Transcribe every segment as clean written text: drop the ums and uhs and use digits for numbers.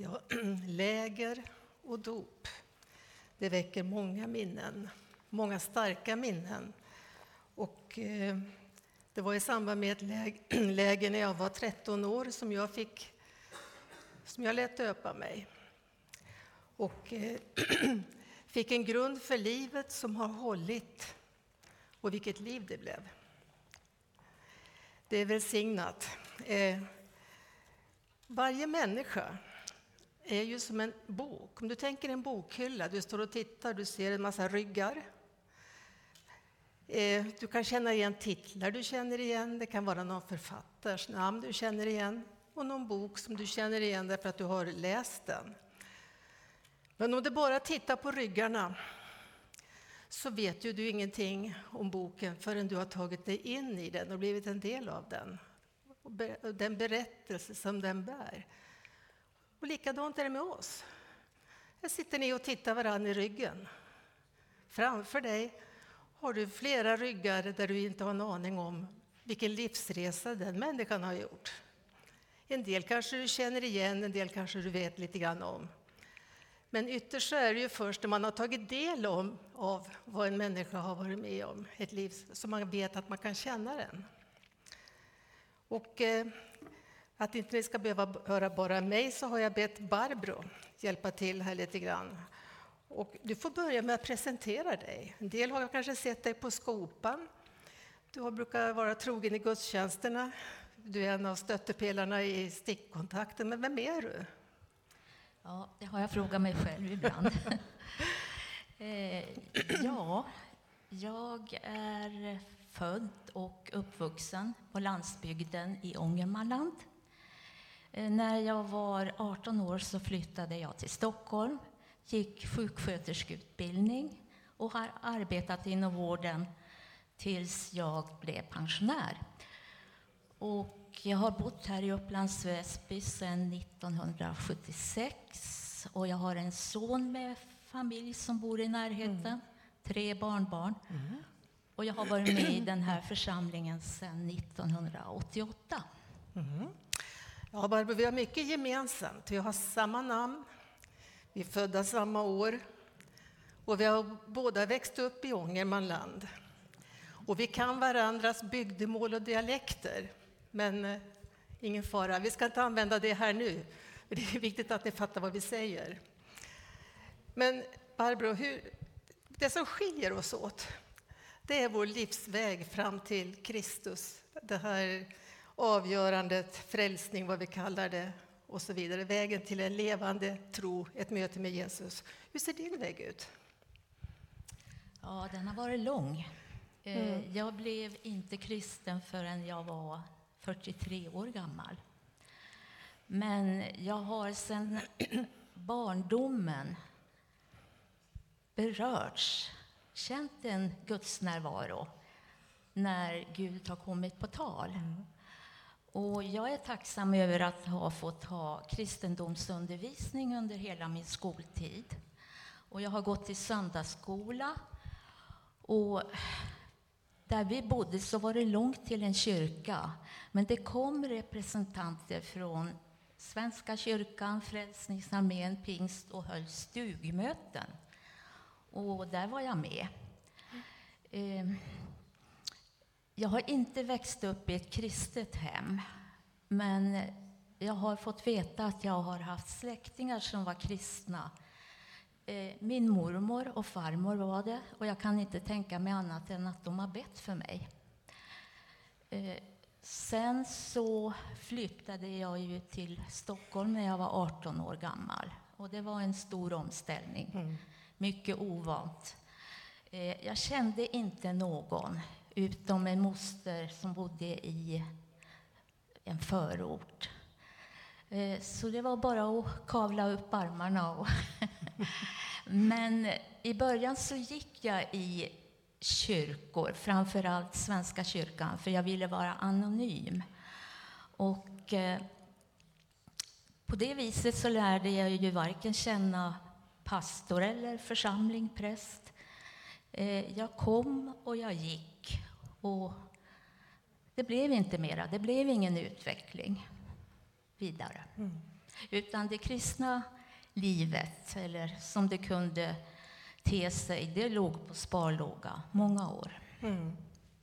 Ja, läger och dop, det väcker många minnen, många starka minnen. Och det var i samband med ett läger när jag var 13 år som jag lät döpa mig. Och fick en grund för livet som har hållit. Och vilket liv det blev. Det är välsignat. Varje människa är ju som en bok. Om du tänker en bokhylla, du står och tittar, du ser en massa ryggar. Du kan känna igen titlar du känner igen. Det kan vara någon författars namn du känner igen. Och någon bok som du känner igen därför att du har läst den. Men om du bara tittar på ryggarna så vet ju du ingenting om boken förrän du har tagit dig in i den och blivit en del av den. Och den berättelse som den bär. Och likadant är det med oss. Här sitter ni och tittar varann i ryggen. Framför dig har du flera ryggar där du inte har en aning om vilken livsresa den människan har gjort. En del kanske du känner igen, en del kanske du vet lite grann om. Men ytterst så är det ju först när man har tagit del av vad en människa har varit med om, ett liv, som man vet att man kan känna den. Och att inte ni ska behöva höra bara mig så har jag bett Barbro hjälpa till här lite grann. Och du får börja med att presentera dig. En del har kanske sett dig på Skopan. Du brukar vara trogen i gudstjänsterna. Du är en av stöttepelarna i stickkontakten. Men vem är du? Ja, det har jag frågat mig själv ibland. Jag är född och uppvuxen på landsbygden i Ångermanland. När jag var 18 år så flyttade jag till Stockholm, gick sjuksköterskeutbildning och har arbetat inom vården tills jag blev pensionär. Och jag har bott här i Upplands Väsby sedan 1976 och jag har en son med familj som bor i närheten, 3 barnbarn. Och jag har varit med i den här församlingen sedan 1988. Ja, Barbro, vi har mycket gemensamt. Vi har samma namn, vi är födda samma år och vi har båda växt upp i Ångermanland. Och vi kan varandras bygdemål och dialekter, men ingen fara, vi ska inte använda det här nu. Det är viktigt att ni fattar vad vi säger. Men Barbro, det som skiljer oss åt, det är vår livsväg fram till Kristus. Det här avgörandet, frälsning, vad vi kallar det och så vidare. Vägen till en levande tro, ett möte med Jesus. Hur ser din väg ut? Ja, den har varit lång. Jag blev inte kristen förrän jag var 43 år gammal. Men jag har sedan barndomen berörts, känt en Guds närvaro när Gud har kommit på tal. Och jag är tacksam över att ha fått ha kristendomsundervisning under hela min skoltid. Och jag har gått i söndagsskola och där vi bodde så var det långt till en kyrka. Men det kom representanter från Svenska kyrkan, Frälsningsarmén, Pingst och höll stugmöten. Och där var jag med. Jag har inte växt upp i ett kristet hem. Men jag har fått veta att jag har haft släktingar som var kristna. Min mormor och farmor var det, och jag kan inte tänka mig annat än att de har bett för mig. Sen så flyttade jag ju till Stockholm när jag var 18 år gammal. Och det var en stor omställning, mycket ovant. Jag kände inte någon, utom en moster som bodde i en förort. Så det var bara att kavla upp armarna. Men i början så gick jag i kyrkor, framförallt Svenska kyrkan, för jag ville vara anonym. Och på det viset så lärde jag ju varken känna pastor eller församling, präst. Jag kom och jag gick och det blev inte mera, det blev ingen utveckling vidare. Utan det kristna livet, eller som det kunde te sig, det låg på sparlåga många år. Mm.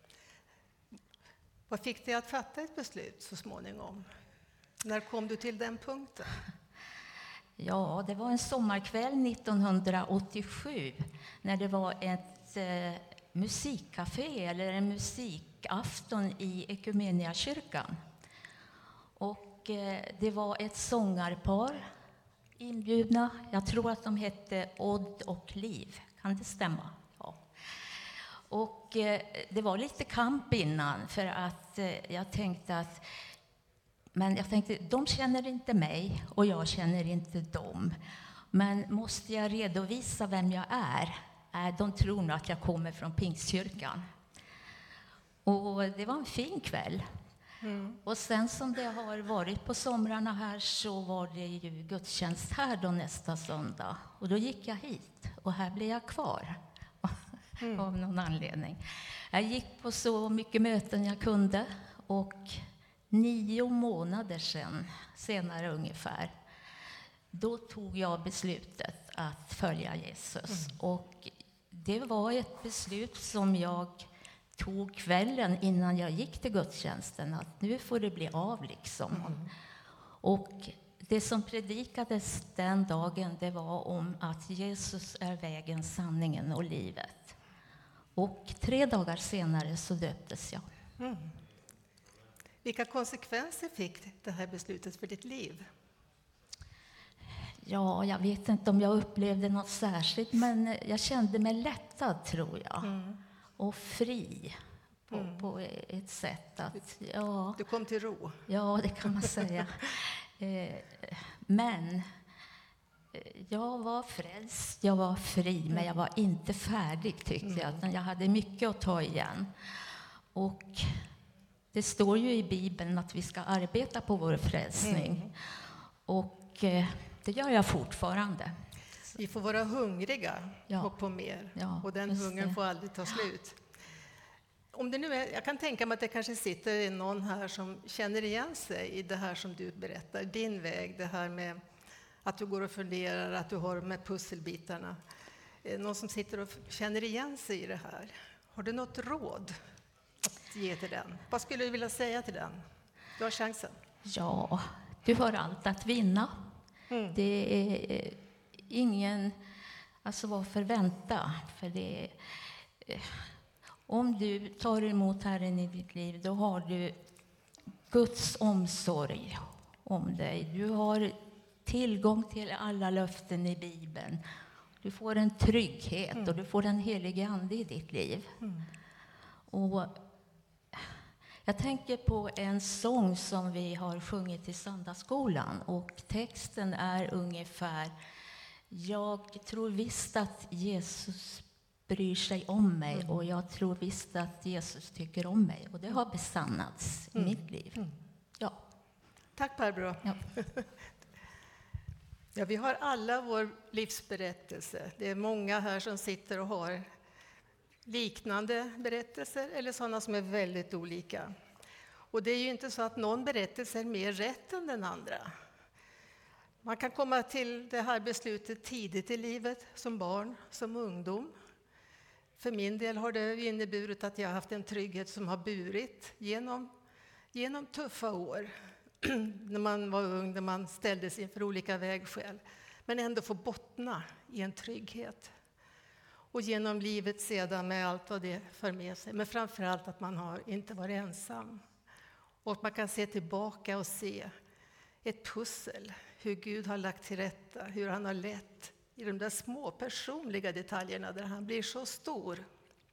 Vad fick dig att fatta ett beslut så småningom? När kom du till den punkten? Ja, det var en sommarkväll 1987 när det var ett musikcafé eller en musikafton i Ekumeniakyrkan. Och det var ett sångarpar inbjudna. Jag tror att de hette Odd och Liv. Kan det stämma? Ja. Och det var lite kamp innan, för att jag tänkte, de känner inte mig och jag känner inte dem. Men måste jag redovisa vem jag är? De tror nog att jag kommer från Pingstkyrkan. Och det var en fin kväll. Mm. Och sen som det har varit på somrarna här, så var det ju gudstjänst här då nästa söndag. Och då gick jag hit och här blev jag kvar av någon anledning. Jag gick på så mycket möten jag kunde, och 9 månader senare ungefär, då tog jag beslutet att följa Jesus. Och det var ett beslut som jag tog kvällen innan jag gick till gudstjänsten, att nu får det bli av liksom. Och det som predikades den dagen, det var om att Jesus är vägen, sanningen och livet. Och 3 dagar senare så döptes jag. Mm. Vilka konsekvenser fick det här beslutet för ditt liv? Ja, jag vet inte om jag upplevde något särskilt, men jag kände mig lättad, tror jag. Och fri på ett sätt. Du kom till ro. Ja, det kan man säga. Men jag var frälst, jag var fri, men jag var inte färdig, tyckte jag. Jag hade mycket att ta igen. Och det står ju i Bibeln att vi ska arbeta på vår frälsning. Och det gör jag fortfarande. Vi får vara hungriga och på mer. Ja, och den hungern får aldrig ta slut. Om det nu är, jag kan tänka mig att det kanske sitter någon här som känner igen sig i det här som du berättar. Din väg, det här med att du går och funderar, att du har med pusselbitarna. Någon som sitter och känner igen sig i det här. Har du något råd att ge till den? Vad skulle du vilja säga till den? Du har chansen. Ja, du har allt att vinna. Det är ingen, alltså varför vänta? För det om du tar emot Herren i ditt liv, då har du Guds omsorg om dig. Du har tillgång till alla löften i Bibeln. Du får en trygghet och du får den helige Ande i ditt liv. Och jag tänker på en sång som vi har sjungit i söndagsskolan, och texten är ungefär: jag tror visst att Jesus bryr sig om mig, och jag tror visst att Jesus tycker om mig. Och det har besannats i mitt liv. Ja. Tack Barbro. Ja. Ja, vi har alla vår livsberättelse. Det är många här som sitter och har liknande berättelser eller sådana som är väldigt olika. Och det är ju inte så att någon berättelse är mer rätt än den andra. Man kan komma till det här beslutet tidigt i livet, som barn, som ungdom. För min del har det inneburit att jag har haft en trygghet som har burit genom tuffa år. När man var ung, när man ställdes inför olika vägskäl. Men ändå få bottna i en trygghet. Och genom livet sedan med allt vad det för med sig. Men framförallt att man har inte varit ensam. Och att man kan se tillbaka och se ett pussel. Hur Gud har lagt till rätta, hur han har lett i de där små personliga detaljerna där han blir så stor.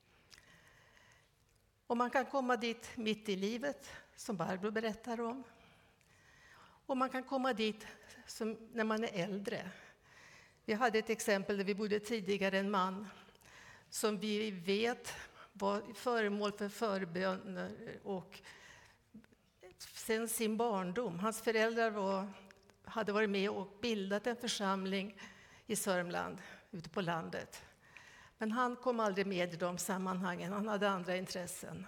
Och man kan komma dit mitt i livet, som Barbro berättar om. Och man kan komma dit som när man är äldre. Vi hade ett exempel där vi bodde tidigare, en man som vi vet var föremål för förböner och sen sin barndom. Hans föräldrar hade varit med och bildat en församling i Sörmland, ute på landet. Men han kom aldrig med i de sammanhangen, han hade andra intressen.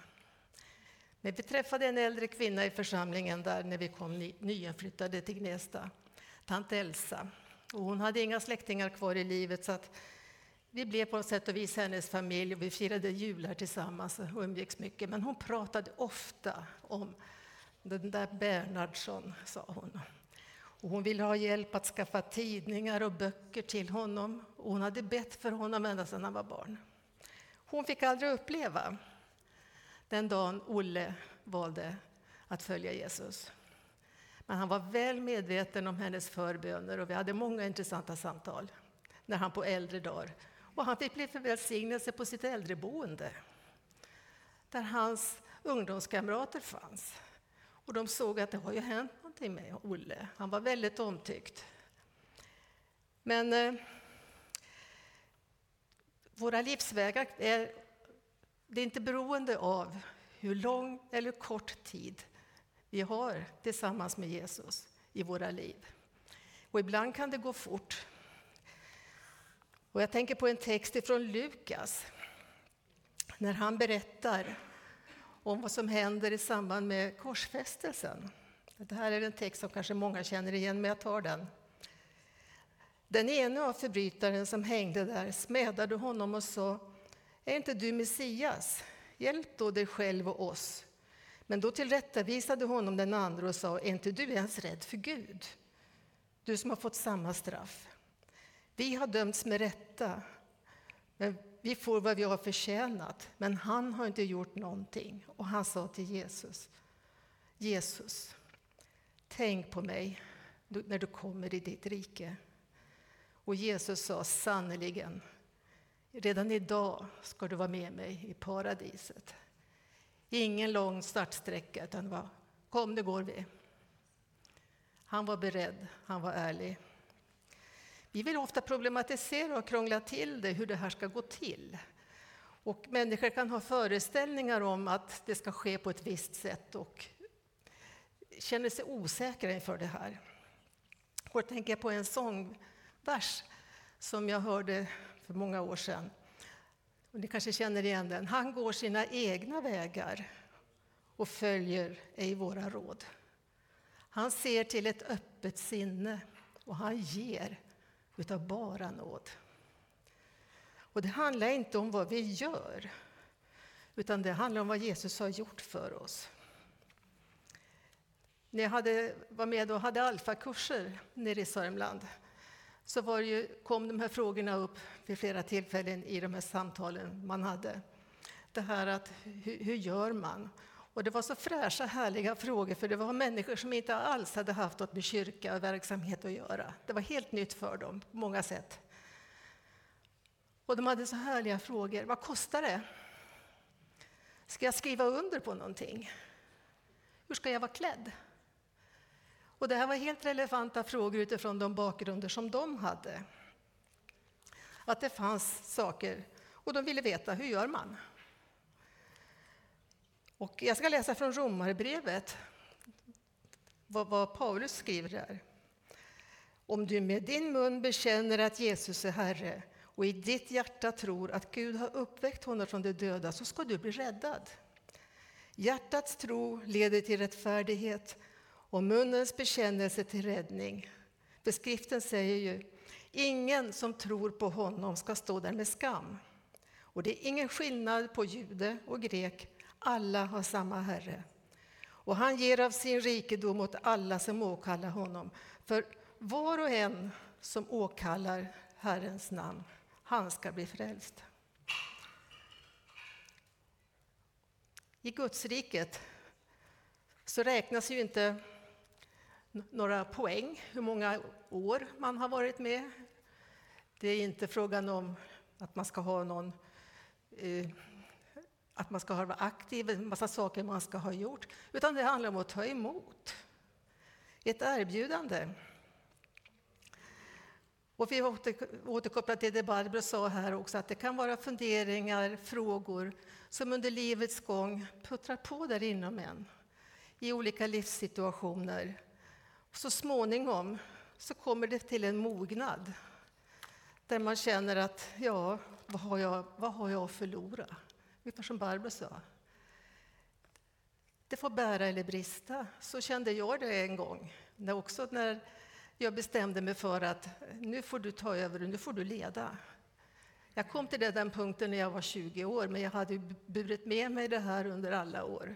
Men vi träffade en äldre kvinna i församlingen där när vi kom nyinflyttade till Gnesta. tant Elsa. Och hon hade inga släktingar kvar i livet, så att vi blev på något sätt och vis hennes familj, och vi firade jular tillsammans och umgicks mycket. Men hon pratade ofta om den där Bernhardsson, sa hon. Och hon ville ha hjälp att skaffa tidningar och böcker till honom. Och hon hade bett för honom ända sedan han var barn. Hon fick aldrig uppleva den dagen Olle valde att följa Jesus. Men han var väl medveten om hennes förböner, och vi hade många intressanta samtal när han på äldre dagar. Och han fick bli för välsignelse på sitt äldreboende, där hans ungdomskamrater fanns. Och de såg att det har ju hänt någonting med Olle. Han var väldigt omtyckt. Men våra livsvägar är inte beroende av hur lång eller kort tid vi har tillsammans med Jesus i våra liv. Och ibland kan det gå fort. Och jag tänker på en text ifrån Lukas, när han berättar om vad som händer i samband med korsfästelsen. Det här är en text som kanske många känner igen, men jag tar den. Den ene av förbrytaren som hängde där smädade honom och sa: är inte du Messias? Hjälp då dig själv och oss. Men då tillrättavisade honom den andra och sa: är inte du ens rädd för Gud? Du som har fått samma straff. Vi har dömts med rätta, men vi får vad vi har förtjänat. Men han har inte gjort någonting. Och han sa till Jesus: Jesus, tänk på mig när du kommer i ditt rike. Och Jesus sa: sannoliken, redan idag ska du vara med mig i paradiset. Ingen lång startsträcka, utan var, kom, det går vi. Han var beredd, han var ärlig. Vi vill ofta problematisera och krångla till det, hur det här ska gå till. Och människor kan ha föreställningar om att det ska ske på ett visst sätt och känner sig osäkra inför det här. Och jag tänker på en sångvers som jag hörde för många år sedan. Och ni kanske känner igen den. Han går sina egna vägar och följer ej våra råd. Han ser till ett öppet sinne och han ger utav bara nåd. Och det handlar inte om vad vi gör, utan det handlar om vad Jesus har gjort för oss. När jag var med och hade alfakurser nere i Sörmland, så kom de här frågorna upp vid flera tillfällen i de här samtalen man hade. Det här att hur gör man? Och det var så fräscha, härliga frågor, för det var människor som inte alls hade haft något med kyrka och verksamhet att göra. Det var helt nytt för dem på många sätt. Och de hade så härliga frågor. Vad kostar det? Ska jag skriva under på någonting? Hur ska jag vara klädd? Och det här var helt relevanta frågor utifrån de bakgrunder som de hade. Att det fanns saker, och de ville veta, hur gör man? Och jag ska läsa från Romarbrevet vad Paulus skriver där. Om du med din mun bekänner att Jesus är Herre och i ditt hjärta tror att Gud har uppväckt honom från de döda, så ska du bli räddad. Hjärtats tro leder till rättfärdighet och munnens bekännelse till räddning. För skriften säger ju: ingen som tror på honom ska stå där med skam. Och det är ingen skillnad på jude och grek. Alla har samma Herre. Och han ger av sin rikedom åt alla som åkallar honom. För var och en som åkallar Herrens namn, han ska bli frälst. I Guds riket så räknas ju inte några poäng, hur många år man har varit med. Det är inte frågan om att man ska ha någon... att man ska vara aktiv, en massa saker man ska ha gjort. Utan det handlar om att ta emot ett erbjudande. Och vi återkopplar till det Barbro sa här också, att det kan vara funderingar, frågor som under livets gång puttrar på där inom en i olika livssituationer. Och så småningom så kommer det till en mognad där man känner att ja, vad har jag att förlora? Ungefär som Barbro sa. Det får bära eller brista. Så kände jag det en gång. När jag bestämde mig för att nu får du ta över och nu får du leda. Jag kom till den punkten när jag var 20 år, men jag hade burit med mig det här under alla år.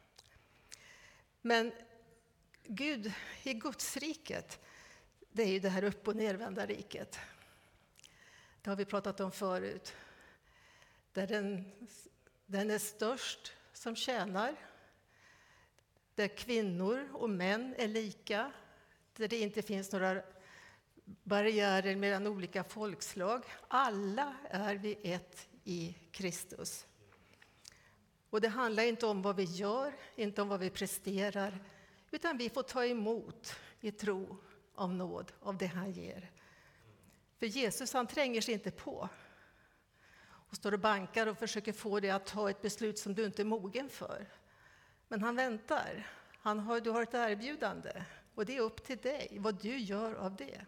Men Gud, i Guds riket, det är ju det här upp- och nervända riket. Det har vi pratat om förut. Där den är störst som tjänar. Där kvinnor och män är lika. Där det inte finns några barriärer mellan olika folkslag. Alla är vi ett i Kristus. Och det handlar inte om vad vi gör, inte om vad vi presterar, utan vi får ta emot i tro av nåd, av det han ger. För Jesus, han tränger sig inte på och står och bankar och försöker få dig att ta ett beslut som du inte är mogen för. Men han väntar. Du har ett erbjudande och det är upp till dig vad du gör av det.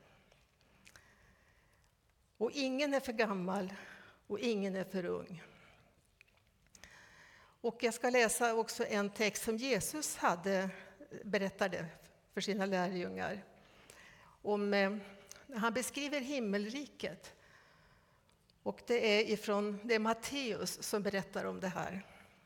Och ingen är för gammal och ingen är för ung. Och jag ska läsa också en text som Jesus berättade för sina lärjungar. Han beskriver himmelriket. Och det är Matteus som berättar om det här.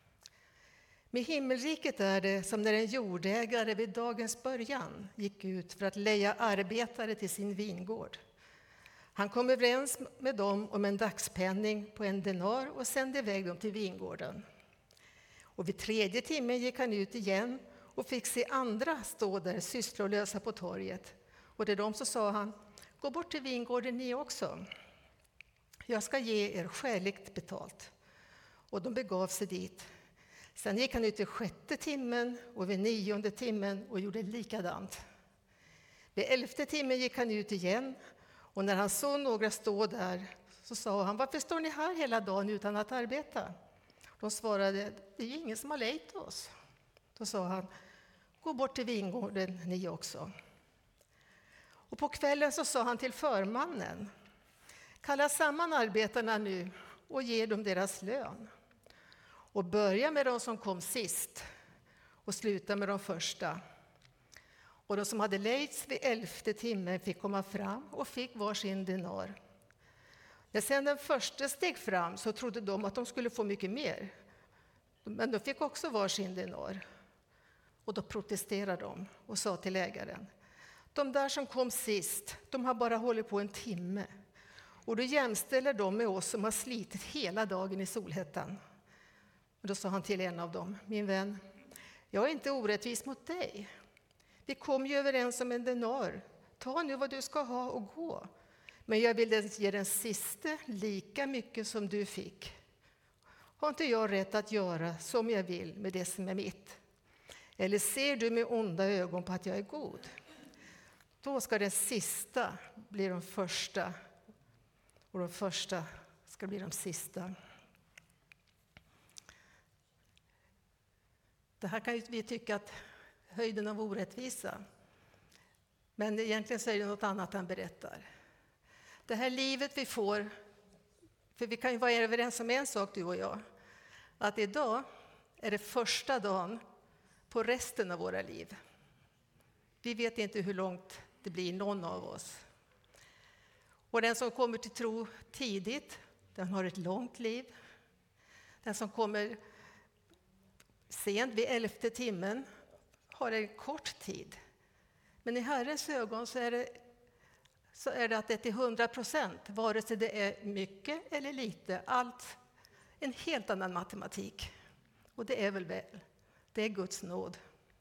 Med himmelriket är det som när en jordägare vid dagens början gick ut för att leja arbetare till sin vingård. Han kom överens med dem om en dagspenning på 1 denar och sände iväg dem till vingården. Och vid 3:e timmen gick han ut igen och fick se andra stå där sysslolösa på torget. Och till dem så sa han: gå bort till vingården ni också. Jag ska ge er skäligt betalt. Och de begav sig dit. Sen gick han ut vid 6:e timmen och vid 9:e timmen och gjorde likadant. Vid 11:e timmen gick han ut igen och när han såg några stå där så sa han: varför står ni här hela dagen utan att arbeta? De svarade: det är ju ingen som har lejt oss. Då sa han: gå bort till vingården ni också. Och på kvällen så sa han till förmannen: kalla samman arbetarna nu och ge dem deras lön. Och börja med de som kom sist och sluta med de första. Och de som hade lejts vid 11:e timmen fick komma fram och fick varsin denar. När sedan den första steg fram så trodde de att de skulle få mycket mer. Men de fick också varsin denar. Och då protesterade de och sa till ägaren: de där som kom sist, de har bara hållit på 1 timme. Och då jämställer de med oss som har slitit hela dagen i solhettan. Och då sa han till en av dem: min vän, jag är inte orättvis mot dig. Vi kom ju överens om 1 denar. Ta nu vad du ska ha och gå. Men jag vill ge den siste lika mycket som du fick. Har inte jag rätt att göra som jag vill med det som är mitt? Eller ser du med onda ögon på att jag är god? Då ska den sista bli de första och de första ska bli de sista. Det här kan ju vi tycka att höjden av orättvisa. Men egentligen så är det något annat han berättar. Det här livet vi får, för vi kan ju vara överens om en sak du och jag, att idag är det första dagen på resten av våra liv. Vi vet inte hur långt det blir någon av oss. Och den som kommer till tro tidigt, den har ett långt liv. Den som kommer sent vid 11:e timmen har en kort tid. Men i Herrens ögon så är det att det är till 100%, vare sig det är mycket eller lite. Allt en helt annan matematik. Och det är väl. Det är Guds nåd.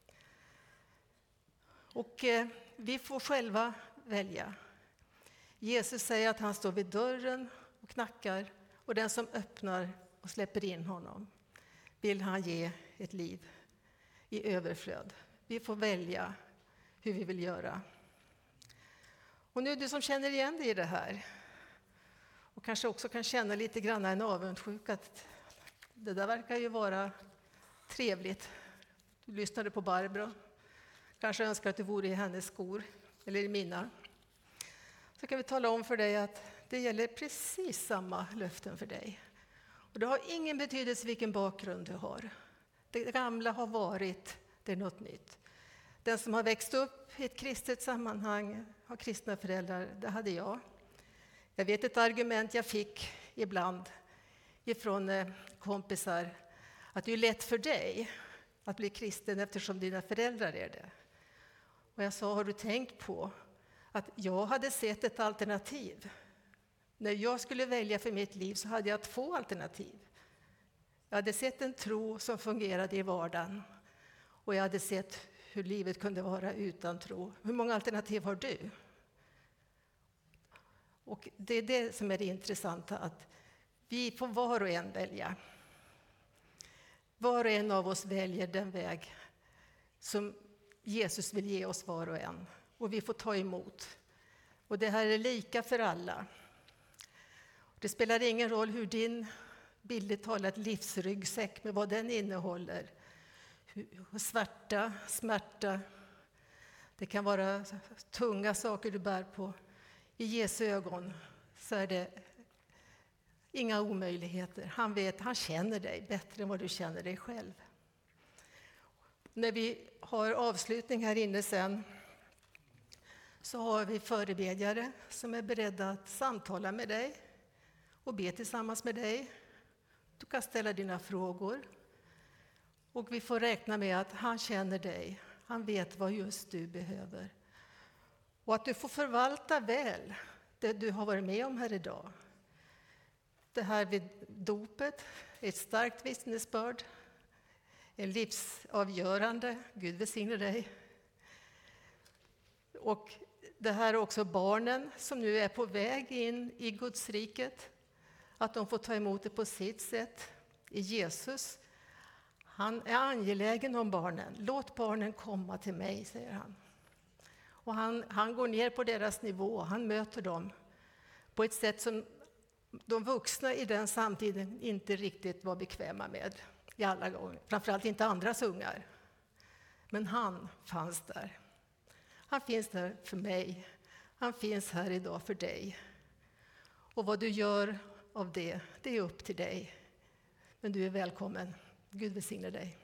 Och vi får själva välja. Jesus säger att han står vid dörren och knackar. Och den som öppnar och släpper in honom vill han ge ett liv i överflöd. Vi får välja hur vi vill göra. Och nu du som känner igen dig i det här och kanske också kan känna lite grann en avundsjuka. Det där verkar ju vara trevligt. Du lyssnade på Barbro. Kanske önskar att du vore i hennes skor eller i mina. Så kan vi tala om för dig att det gäller precis samma löften för dig. Och det har ingen betydelse vilken bakgrund du har. Det gamla har varit, det är något nytt. Den som har växt upp i ett kristet sammanhang, har kristna föräldrar, det hade jag. Jag vet ett argument jag fick ibland ifrån kompisar, att det är lätt för dig att bli kristen eftersom dina föräldrar är det. Och jag sa, har du tänkt på att jag hade sett ett alternativ? När jag skulle välja för mitt liv så hade jag 2 alternativ. Jag hade sett en tro som fungerade i vardagen och jag hade sett hur livet kunde vara utan tro. Hur många alternativ har du? Och det är det som är det intressanta, att vi får var och en välja. Var och en av oss väljer den väg som Jesus vill ge oss var och en. Och vi får ta emot. Och det här är lika för alla. Det spelar ingen roll hur din, bildligt talat, livsryggsäck med vad den innehåller. Svärta, smärta. Det kan vara tunga saker du bär på. I Jesu ögon så är det inga omöjligheter. Han känner dig bättre än vad du känner dig själv. När vi har avslutning här inne sen så har vi förebedjare som är beredda att samtala med dig och be tillsammans med dig. Du kan ställa dina frågor och vi får räkna med att han känner dig. Han vet vad just du behöver. Och att du får förvalta väl det du har varit med om här idag. Det här vid dopet är ett starkt vittnesbörd. Är livsavgörande. Gud välsigne dig. Och det här är också barnen som nu är på väg in i Guds riket. Att de får ta emot det på sitt sätt. I Jesus. Han är angelägen om barnen. Låt barnen komma till mig, säger han. Och han går ner på deras nivå. Han möter dem på ett sätt som de vuxna i den samtiden inte riktigt var bekväma med. I alla gånger. Framförallt inte andras ungar. Men han fanns där. Han finns där för mig. Han finns här idag för dig. Och vad du gör av det är upp till dig. Men du är välkommen. Gud välsigne dig.